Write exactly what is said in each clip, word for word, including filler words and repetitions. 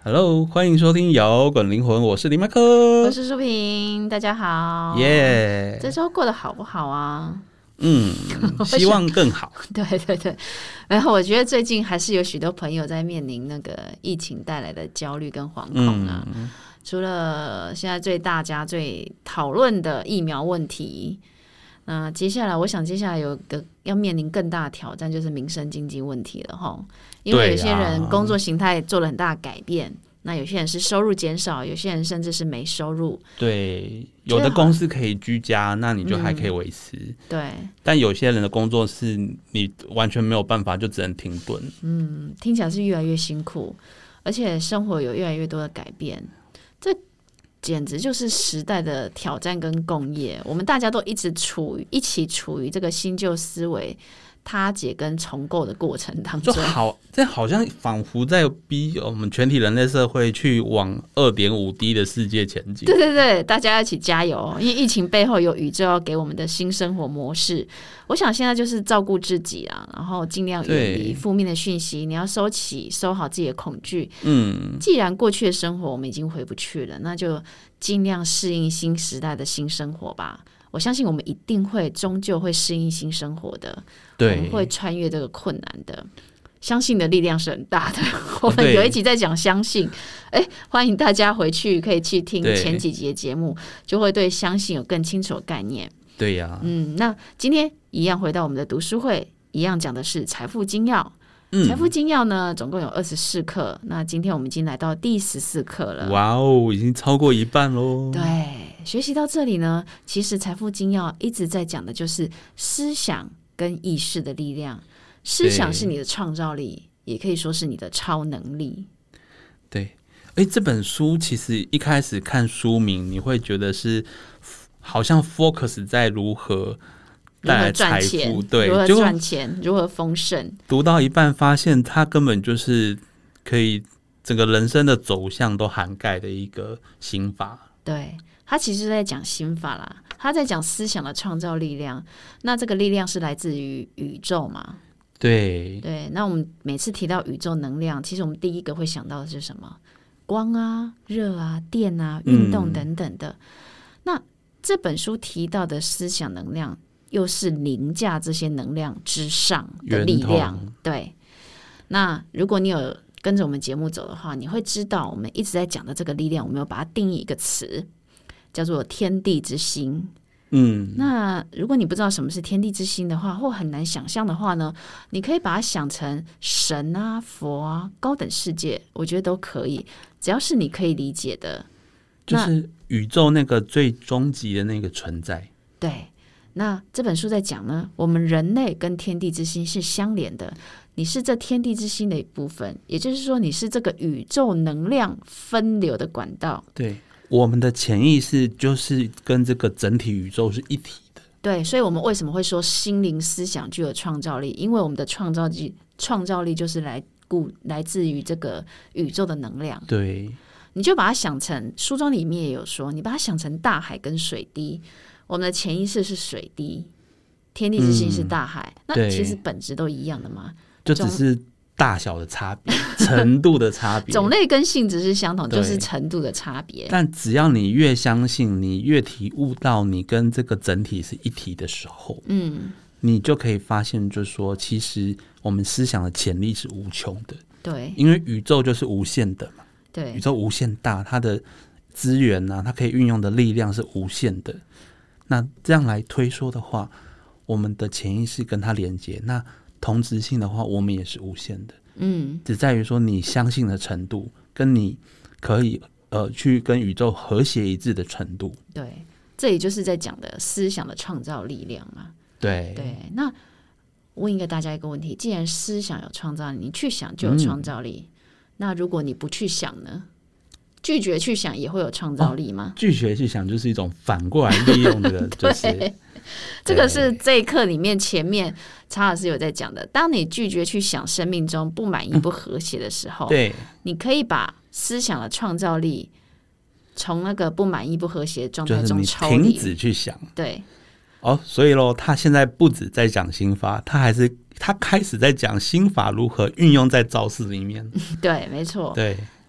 Hello， 欢迎收听摇滚灵魂，我是林麦克， 我是舒平，大家好， 耶、yeah ！ 这周过得好不好啊？ 嗯，希望更好。 对对对，然后我觉得最近还是有许多朋友在面临那个疫情带来的焦虑跟惶恐啊。嗯、除了现在最大家最讨论的疫苗问题，那接下来我想接下来有个要面临更大的挑战，就是民生经济问题了齁。因为有些人工作形态做了很大的改变，那有些人是收入减少，有些人甚至是没收入。 对，有的公司可以居家，那你就还可以维持、嗯。 对， 但有些人的工作是你完全没有办法，就只能停顿。 嗯，听起来是越来越辛苦，而且生活有越来越多的改变，这简直就是时代的挑战跟共业。我们大家都一直处于一起处于这个新旧思维他解跟重构的过程当中， 就好，这好像仿佛在逼我们全体人类社会去往 二点五 D 的世界前进。 对对对，大家一起加油！因为疫情背后有宇宙要给我们的新生活模式。我想现在就是照顾自己啊，然后尽量远离负面的讯息。你要收起、收好自己的恐惧。嗯，既然过去的生活我们已经回不去了，那就尽量适应新时代的新生活吧。我相信我们一定会终究会适应新生活的，对，我们会穿越这个困难的。相信的力量是很大的。我们有一集在讲相信，哎，欢迎大家回去可以去听前几集的节目，就会对相信有更清楚的概念。 对呀、啊， 嗯，那今天一样回到我们的读书会，一样讲的是财富精要。嗯、财富精要呢，总共有二十四课，那今天我们已经来到第十四课了。 哇哦，已经超过一半咯。 对，学习到这里呢，其实财富精要一直在讲的就是思想跟意识的力量。思想是你的创造力，也可以说是你的超能力。 对，哎，这本书其实一开始看书名，你会觉得是好像 focus 在如何带来财富，对， 如何赚钱，如何丰盛。 读到一半发现它根本就是可以整个人生的走向都涵盖的一个心法。 对，他其实在讲心法啦，他在讲思想的创造力量。那这个力量是来自于宇宙嘛？ 对对。那我们每次提到宇宙能量，其实我们第一个会想到的是什么？光啊、热啊、电啊、运动等等的。嗯、那这本书提到的思想能量，又是凌驾这些能量之上的力量。对。那如果你有跟着我们节目走的话，你会知道我们一直在讲的这个力量，我们有把它定义一个词，叫做天地之心。嗯，那如果你不知道什么是天地之心的话，或很难想象的话呢，你可以把它想成神啊、佛啊、高等世界，我觉得都可以，只要是你可以理解的， 就是宇宙那个最终极的那个存在。 对，那这本书在讲呢，我们人类跟天地之心是相连的，你是这天地之心的一部分，也就是说你是这个宇宙能量分流的管道。 对，我们的潜意识就是跟这个整体宇宙是一体的。 对，所以我们为什么会说心灵思想具有创造力？因为我们的创造力创造力就是来故来自于这个宇宙的能量。 对， 你就把它想成，书中里面也有说，你把它想成大海跟水滴。我们的潜意识是水滴，天地之心是大海，嗯、那其实本质都一样的嘛， 就只是大小的差别，程度的差别， 种类跟性质是相同，就是程度的差别。 但只要你越相信，你越体悟到你跟这个整体是一体的时候，嗯，你就可以发现，就是说，其实我们思想的潜力是无穷的。 对， 因为宇宙就是无限的嘛， 对， 宇宙无限大，它的资源啊，它可以运用的力量是无限的。那这样来推说的话，我们的潜意识跟它连接，那同质性的话，我们也是无限的。嗯，只在于说你相信的程度，跟你可以呃去跟宇宙和谐一致的程度。 对，这也就是在讲的思想的创造力量嘛。 对对，那问一个大家一个问题：既然思想有创造力，你去想就有创造力，嗯、那如果你不去想呢？拒绝去想也会有创造力吗？ 哦、拒绝去想就是一种反过来利用这个，就是对，这个是这一课里面前面查老师有在讲的。当你拒绝去想生命中不满意、不和谐的时候，嗯、 对， 你可以把思想的创造力从那个不满意、不和谐的状态中抽离， 就是你停止去想。 对， 哦，所以咯，他现在不止在讲心法，他还是他开始在讲心法如何运用在招式里面。 对，没错。 对。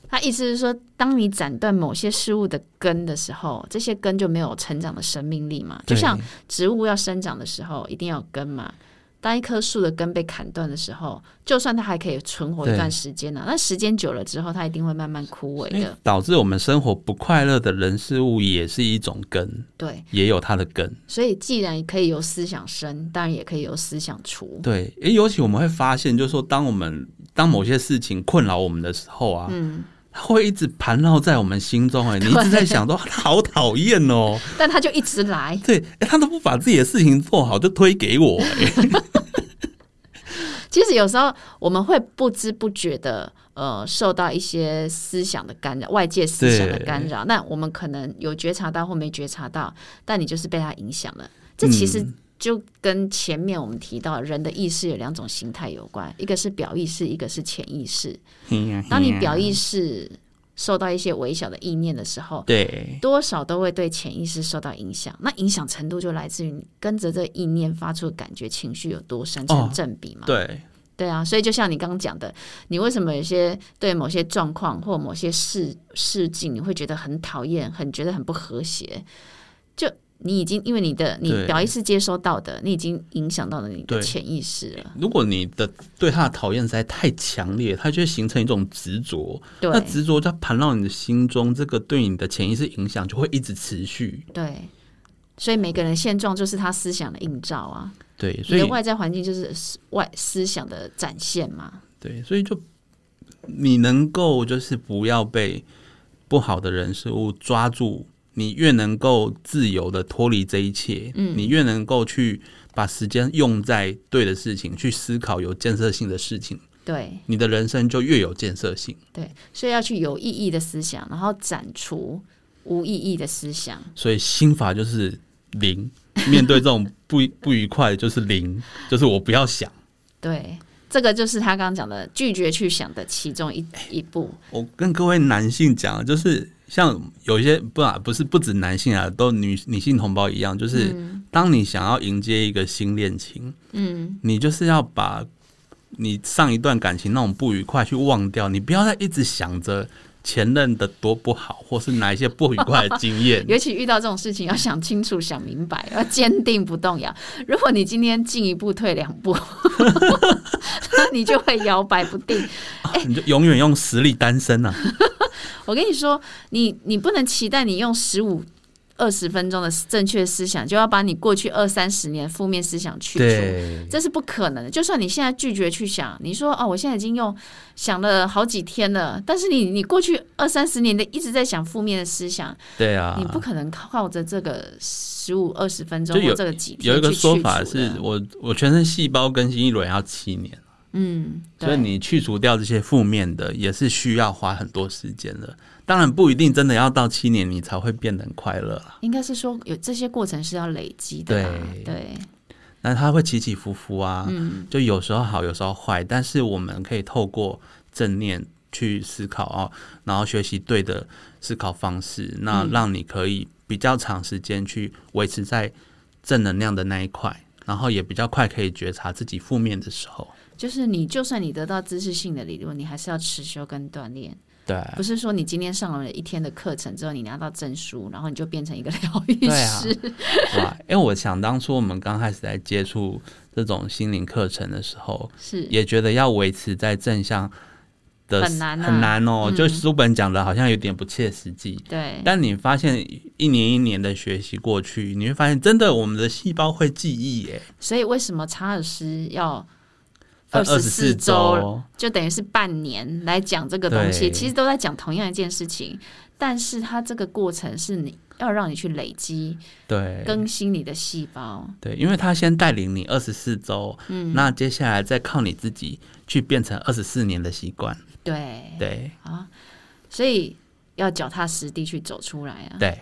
他意思是说，当你斩断某些事物的根的时候，这些根就没有成长的生命力嘛。就像植物要生长的时候，一定要有根嘛。当一棵树的根被砍断的时候，就算它还可以存活一段时间呢、啊，那时间久了之后，它一定会慢慢枯萎的。 导致我们生活不快乐的人事物也是一种根， 对， 也有它的根。 所以既然可以由思想生，当然也可以由思想除。 对，尤其我们会发现，就是说，当我们当某些事情困扰我们的时候啊，嗯。它会一直盘绕在我们心中，哎，你一直在想说好讨厌哦， 但他就一直来， 对，他都不把自己的事情做好，就推给我，哎。 其实有时候我们会不知不觉的，呃，受到一些思想的干扰，外界思想的干扰。那我们可能有觉察到或没觉察到，但你就是被它影响了。这其实就跟前面我们提到人的意识有两种形态有关，一个是表意识，一个是潜意识。当你表意识受到一些微小的意念的时候， 对， 多少都会对潜意识受到影响。那影响程度就来自于你跟着这个意念发出的感觉、情绪有多深成正比嘛？ 哦、对， 对啊。所以就像你刚刚讲的，你为什么有些对某些状况或某些事事境，你会觉得很讨厌，很觉得很不和谐？就你已经因为你的你表意识接收到的，你已经影响到了你的潜意识了。 如果你的对他的讨厌实在太强烈，它就会形成一种执着。那执着在盘绕你的心中，这个对你的潜意识影响就会一直持续。 对，所以每个人现状就是他思想的映照啊。 对，所以你的外在环境就是外思想的展现嘛。 对，所以就你能够就是不要被不好的人事物抓住。你越能够自由的脱离这一切、嗯、你越能够去把时间用在对的事情，去思考有建设性的事情， 对， 你的人生就越有建设性。 对，所以要去有意义的思想，然后斩除无意义的思想。 所以心法就是零，面对这种 不, 不愉快就是零，就是我不要想。 对，这个就是他刚刚讲的拒绝去想的其中 一, 一步。 我跟各位男性讲，就是像有一些不不是不止男性啊，都 女, 女性同胞一样，就是当你想要迎接一个新恋情，嗯，你就是要把你上一段感情那种不愉快去忘掉，你不要再一直想着前任的多不好，或是哪一些不愉快的经验。 尤其遇到这种事情，要想清楚、想明白，要坚定不动摇。如果你今天进一步退两步，你就会摇摆不定， 欸、你就永远用实力单身啊！ 我跟你说，你你不能期待你用十五、二十分钟的正确思想，就要把你过去二三十年负面思想去除，这是不可能的。就算你现在拒绝去想，你说哦，我现在已经用想了好几天了，但是你你过去二三十年的一直在想负面的思想， 对啊， 你不可能靠着这个十五、二十分钟或这个几天有一个说法是我我全身细胞更新一轮要七年。 嗯， 所以你去除掉这些负面的，也是需要花很多时间的。当然不一定真的要到七年你才会变得很快乐啦。 应该是说有这些过程是要累积的啦。对对， 那它会起起伏伏啊、嗯，就有时候好，有时候坏。但是我们可以透过正念去思考啊，然后学习对的思考方式，那让你可以比较长时间去维持在正能量的那一块，然后也比较快可以觉察自己负面的时候。 就是你就算你得到知识性的理论，你还是要持修跟锻炼。 对， 不是说你今天上了一天的课程之后，你拿到证书，然后你就变成一个疗愈师。 对啊，哇！因为我想当初我们刚开始在接触这种心灵课程的时候，是也觉得要维持在正向的很难、啊、 很难哦、嗯。就书本讲的好像有点不切实际。 对， 但你发现一年一年的学习过去，你会发现真的我们的细胞会记忆耶。 所以为什么查尔斯要二十四周，就等于是半年来讲这个东西，其实都在讲同样一件事情，但是它这个过程是你要让你去累积， 对， 更新你的细胞， 对，因为他先带领你二十四周，嗯，那接下来再靠你自己去变成二十四年的习惯， 对对啊，所以要脚踏实地去走出来啊， 对。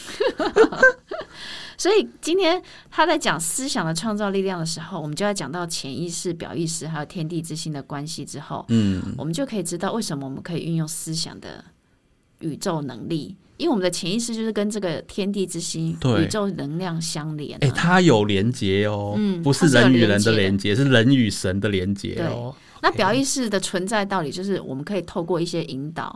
所以今天他在讲思想的创造力量的时候，我们就要讲到潜意识、表意识还有天地之心的关系之后，嗯，我们就可以知道为什么我们可以运用思想的宇宙能力，因为我们的潜意识就是跟这个天地之心、宇宙能量相连、啊。 哎、欸，它有连结哦、嗯，不是人与人的连结，是人与神的连结哦。 那表意识的存在道理就是我们可以透过一些引导。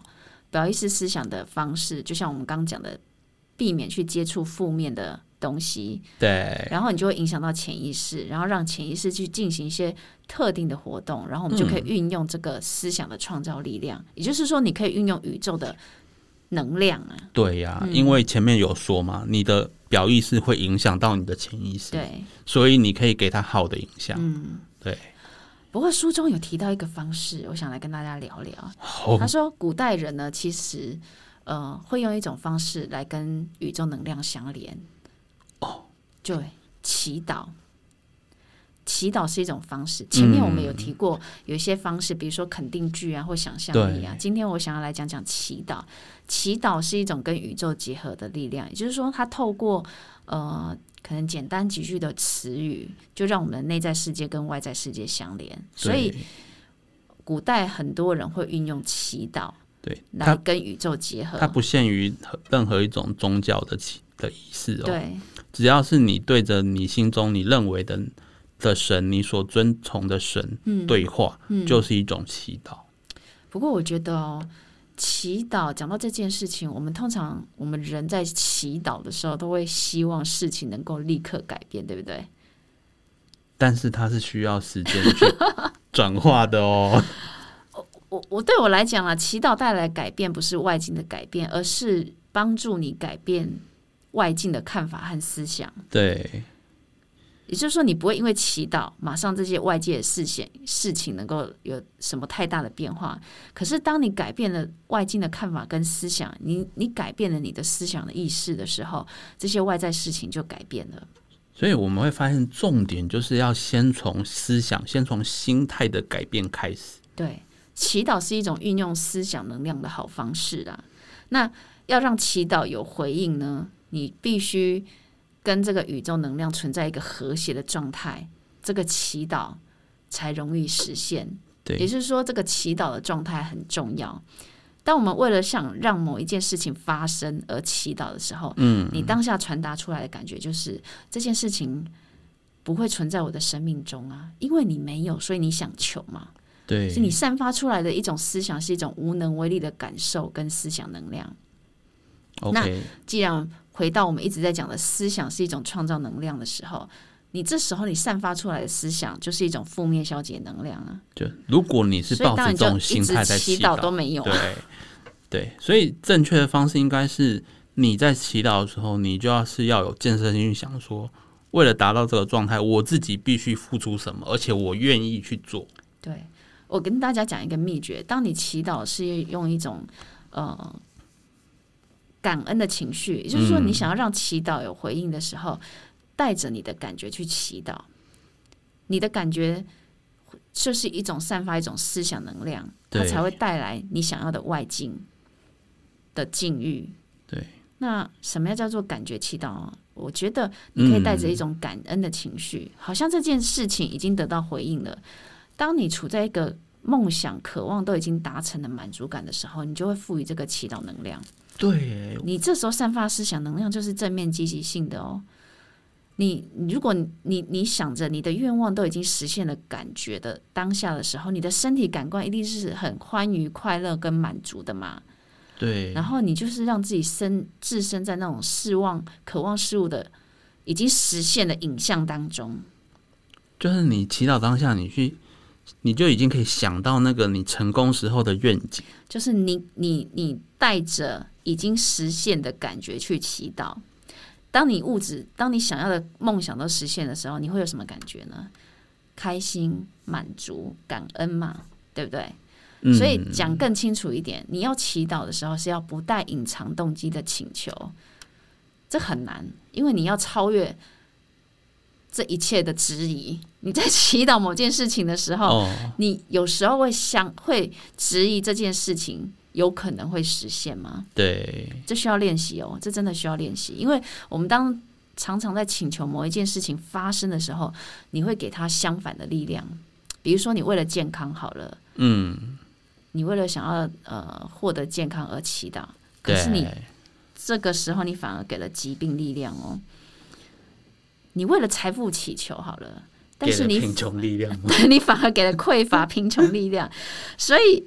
表意识思想的方式，就像我们刚刚讲的，避免去接触负面的东西， 对， 然后你就会影响到潜意识，然后让潜意识去进行一些特定的活动，然后我们就可以运用这个思想的创造力量，嗯、也就是说，你可以运用宇宙的能量啊。 对呀、啊嗯， 因为前面有说嘛，你的表意识会影响到你的潜意识， 对， 所以你可以给它好的影响。 嗯， 对。 不过书中有提到一个方式，我想来跟大家聊聊。 哦、 他说，古代人呢，其实呃会用一种方式来跟宇宙能量相连。哦，对，祈祷。祈祷是一种方式，前面我们有提过，有一些方式，比如说肯定句啊，或想象力啊。今天我想要来讲讲祈祷。祈祷是一种跟宇宙结合的力量，也就是说，它透过呃可能简单几句的词语，就让我们的内在世界跟外在世界相连。所以，古代很多人会运用祈祷， 对， 来跟宇宙结合。 它不限于任何一种宗教的的仪式哦。 对， 只要是你对着你心中你认为的。的神，你所尊崇的神对话，嗯嗯、就是一种祈祷。 不过我觉得哦，祈祷讲到这件事情，我们通常我们人在祈祷的时候，都会希望事情能够立刻改变，对不对？ 但是它是需要时间去转化的哦。 我我对我来讲啊，祈祷带来改变不是外境的改变，而是帮助你改变外境的看法和思想。 对。 也就是说，你不会因为祈祷，马上这些外界的事情事情能够有什么太大的变化。可是，当你改变了外境的看法跟思想，你你改变了你的思想的意识的时候，这些外在事情就改变了。 所以我们会发现，重点就是要先从思想、先从心态的改变开始。 对，祈祷是一种运用思想能量的好方式啦。那要让祈祷有回应呢，你必须跟这个宇宙能量存在一个和谐的状态，这个祈祷才容易实现。 对， 也就是说，这个祈祷的状态很重要。当我们为了想让某一件事情发生而祈祷的时候，嗯，你当下传达出来的感觉就是这件事情不会存在我的生命中啊，因为你没有，所以你想求嘛。 对， 是你散发出来的一种思想，是一种无能为力的感受跟思想能量。 Okay. 那既然回到我们一直在讲的思想是一种创造能量的时候，你这时候你散发出来的思想就是一种负面消极能量啊。 就如果你是抱着这种心态在祈祷， 都没有、啊。 对对，所以正确的方式应该是你在祈祷的时候，你就要是要有建设性去想说，为了达到这个状态，我自己必须付出什么，而且我愿意去做。 对，我跟大家讲一个秘诀：当你祈祷是用一种呃。感恩的情绪，也就是说，你想要让祈祷有回应的时候，带着你的感觉去祈祷，你的感觉就是一种散发一种思想能量，它才会带来你想要的外境的境遇。 对， 那什么叫做感觉祈祷啊？我觉得你可以带着一种感恩的情绪，嗯、好像这件事情已经得到回应了。当你处在一个梦想、渴望都已经达成的满足感的时候，你就会赋予这个祈祷能量。 对， 你这时候散发思想能量就是正面积极性的哦。你如果你你想着你的愿望都已经实现了感觉的当下的时候，你的身体感官一定是很欢愉、快乐跟满足的嘛。 对。 然后你就是让自己身置身在那种事望、渴望事物的已经实现的影像当中。 就是你祈祷当下，你去。你就已经可以想到那个你成功时候的愿景， 就是你你你带着已经实现的感觉去祈祷。当你物质，当你想要的梦想都实现的时候，你会有什么感觉呢？开心、满足、感恩嘛，对不对？嗯、所以讲更清楚一点，你要祈祷的时候是要不带隐藏动机的请求，这很难，因为你要超越这一切的质疑。你在祈祷某件事情的时候，哦、你有时候会想会质疑这件事情有可能会实现吗？ 对， 这需要练习哦，这真的需要练习。因为我们当常常在请求某一件事情发生的时候，你会给它相反的力量。比如说，你为了健康好了，嗯，你为了想要呃获得健康而祈祷，可是你这个时候你反而给了疾病力量哦。你为了财富祈求好了，但是你贫穷力量， 你反而给了匮乏贫穷力量。所以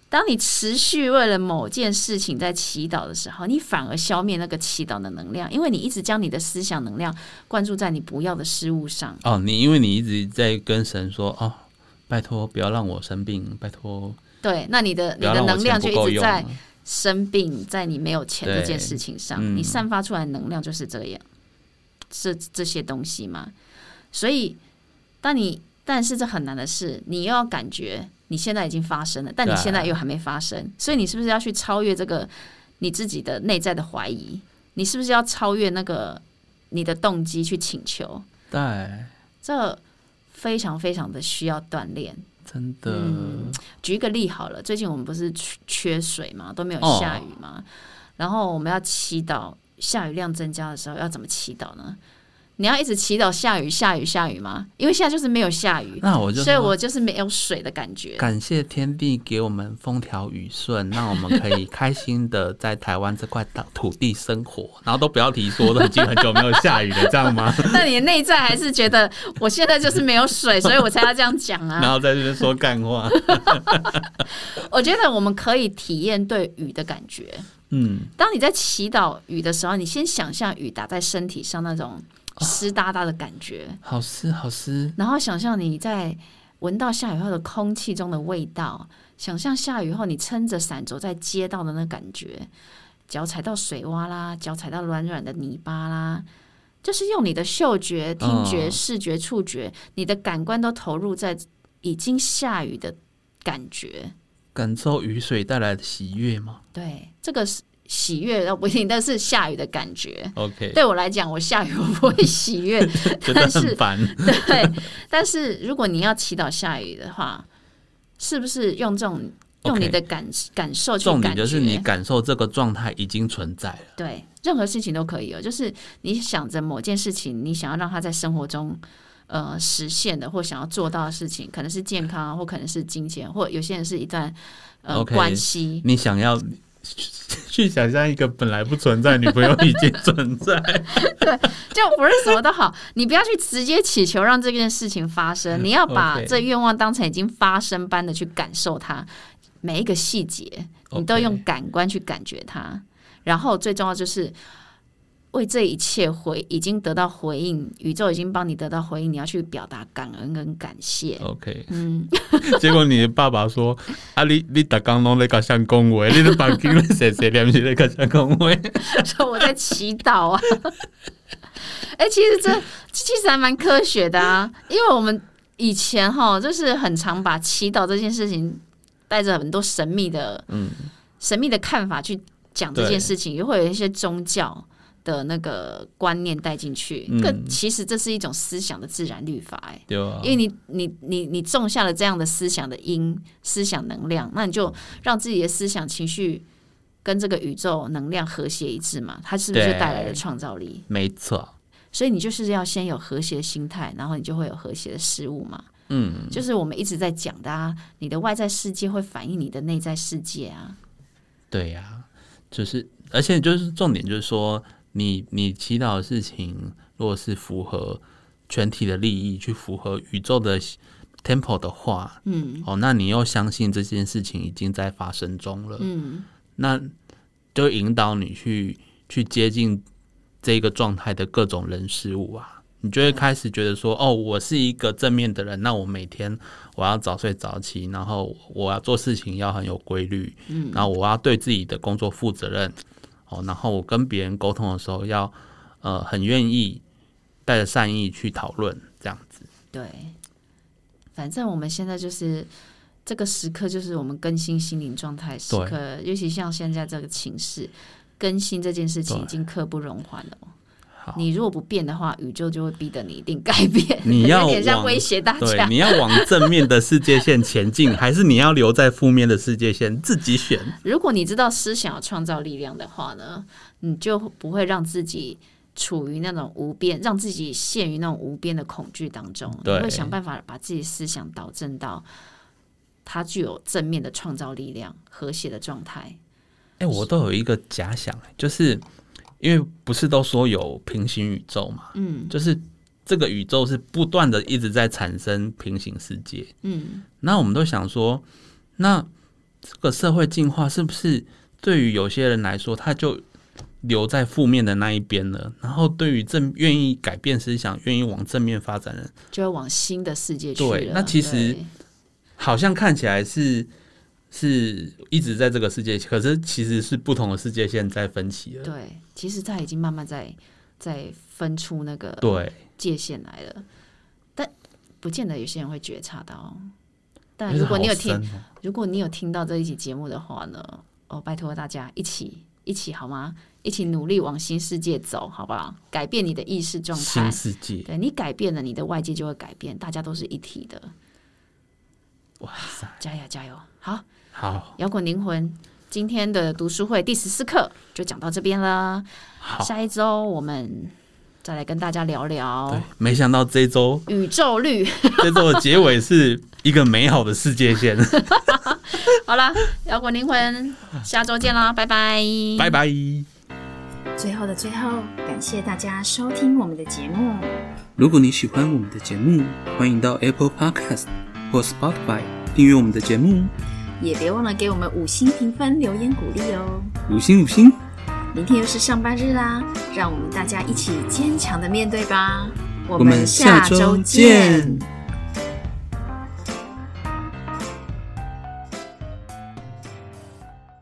当你持续为了某件事情在祈祷的时候，你反而消灭那个祈祷的能量，因为你一直将你的思想能量灌注在你不要的事物上。 哦，你因为你一直在跟神说，哦，拜托不要让我生病，拜托。 对，那你的你的能量就一直在生病，在你没有钱这件事情上，嗯、你散发出来的能量就是这样，这这些东西嘛。所以，当你但是这很难的是，你又要感觉你现在已经发生了，但你现在又还没发生，所以你是不是要去超越这个你自己的内在的怀疑？你是不是要超越那个你的动机去请求？ 对， 这非常非常的需要锻炼。 真的、嗯， 举一个例好了，最近我们不是缺水嘛，都没有下雨嘛，哦、然后我们要祈祷下雨量增加的时候，要怎么祈祷呢？你要一直祈祷下雨下雨下雨吗？因为现在就是没有下雨， 那我就所以我就是没有水的感觉。 感谢天地给我们风调雨顺，让我们可以开心的在台湾这块土地生活，然后都不要提说都已经很久没有下雨了，这样吗？ 那你的内在还是觉得我现在就是没有水，所以我才要这样讲啊。 然后在这边说干话。 我觉得我们可以体验对雨的感觉。嗯，当你在祈祷雨的时候，你先想象雨打在身体上那种湿哒哒的感觉，哦、 好湿好湿。 然后想象你在闻到下雨后的空气中的味道，想象下雨后你撑着伞走在街道的那感觉，脚踩到水洼啦，脚踩到软软的泥巴啦，就是用你的嗅觉、听觉、哦、视觉、触觉，你的感官都投入在已经下雨的感觉， 感受雨水带来的喜悦吗？ 对，这个是。喜悦倒不一定，但是下雨的感觉。 OK， 对我来讲，我下雨我不会喜悦， 觉得很烦。 对，但是如果你要祈祷下雨的话，是不是用这种用你的感、okay, 感受去感觉？ 重点就是你感受这个状态已经存在了。 对，任何事情都可以哦。就是你想着某件事情，你想要让它在生活中呃实现的，或想要做到的事情，可能是健康，或可能是金钱，或有些人是一段呃、okay, 关系。 你想要。去想象一个本来不存在女朋友已经存在。 对，就不是什么都好，你不要去直接祈求让这件事情发生，你要把这愿望当成已经发生般的去感受它，每一个细节你都用感官去感觉它，然后最重要就是为这一切回已经得到回应，宇宙已经帮你得到回应，你要去表达感恩跟感谢。 OK， 嗯，结果你的爸爸说：“啊，你你每天都在跟谁讲话？你的房间里谁谁念是在跟谁讲话？” 说我在祈祷啊。哎、欸，其实这其实还蛮科学的啊，因为我们以前哈就是很常把祈祷这件事情带着很多神秘的、嗯、神秘的看法去讲这件事情，也会有一些宗教的那个观念带进去，嗯、其实这是一种思想的自然律法、欸， 对啊， 因为你你你你种下了这样的思想的因，思想能量，那你就让自己的思想情绪跟这个宇宙能量和谐一致嘛，它是不是就带来了创造力？ 没错， 所以你就是要先有和谐的心态，然后你就会有和谐的事物嘛。嗯，就是我们一直在讲的啊，你的外在世界会反映你的内在世界啊。 对呀、啊，就是而且就是重点就是说。你你祈祷的事情，如果是符合全体的利益，去符合宇宙的 tempo 的话，嗯，哦，那你又相信这件事情已经在发生中了，嗯，那就引导你去去接近这个状态的各种人事物啊，你就会开始觉得说，哦，我是一个正面的人，那我每天我要早睡早起，然后我要做事情要很有规律，嗯，然后我要对自己的工作负责任。哦，然后我跟别人沟通的时候要，呃，很愿意带着善意去讨论，这样子。 对，反正我们现在就是这个时刻，就是我们更新心灵状态时刻，尤其像现在这个情势，更新这件事情已经刻不容缓了。你如果不变的话，宇宙就会逼得你一定改变。 你要有点像威胁大家， 对，你要往正面的世界线前进，还是你要留在负面的世界线？自己选。 如果你知道思想有创造力量的话呢，你就不会让自己处于那种无边，让自己陷于那种无边的恐惧当中。你会想办法把自己思想导正到它具有正面的创造力量、和谐的状态。 哎、欸，我都有一个假想，就是因为不是都说有平行宇宙嘛，嗯，就是这个宇宙是不断的一直在产生平行世界，嗯，那我们都想说，那这个社会进化是不是对于有些人来说，他就留在负面的那一边了？然后对于正愿意改变思想、愿意往正面发展的人， 就会往新的世界去了。 对，那其实好像看起来是是一直在这个世界，可是其实是不同的世界线在分歧了。 对，其实它已经慢慢在在分出那个界限来了，但不见得有些人会觉察到。但如果你有听，哦、如果你有听到这一期节目的话呢，哦，拜托大家一起一起好吗？一起努力往新世界走，好不好？改变你的意识状态， 新世界， 对你改变了，你的外界就会改变，大家都是一体的。 哇塞， 加油加油！好， 好， 摇滚灵魂今天的读书会第十四课就讲到这边了。下一周我们再来跟大家聊聊。 对，没想到这周宇宙绿， 这周的结尾是一个美好的世界线。 好啦，摇滚灵魂，下周见啦，拜拜， 拜拜。 最后的最后，感谢大家收听我们的节目。 如果你喜欢我们的节目，欢迎到 Apple Podcast 或 Spotify 订阅我们的节目， 也别忘了给我们五星评分、留言鼓励哦。 五星五星！ 明天又是上班日啦，让我们大家一起坚强的面对吧。我们下周见。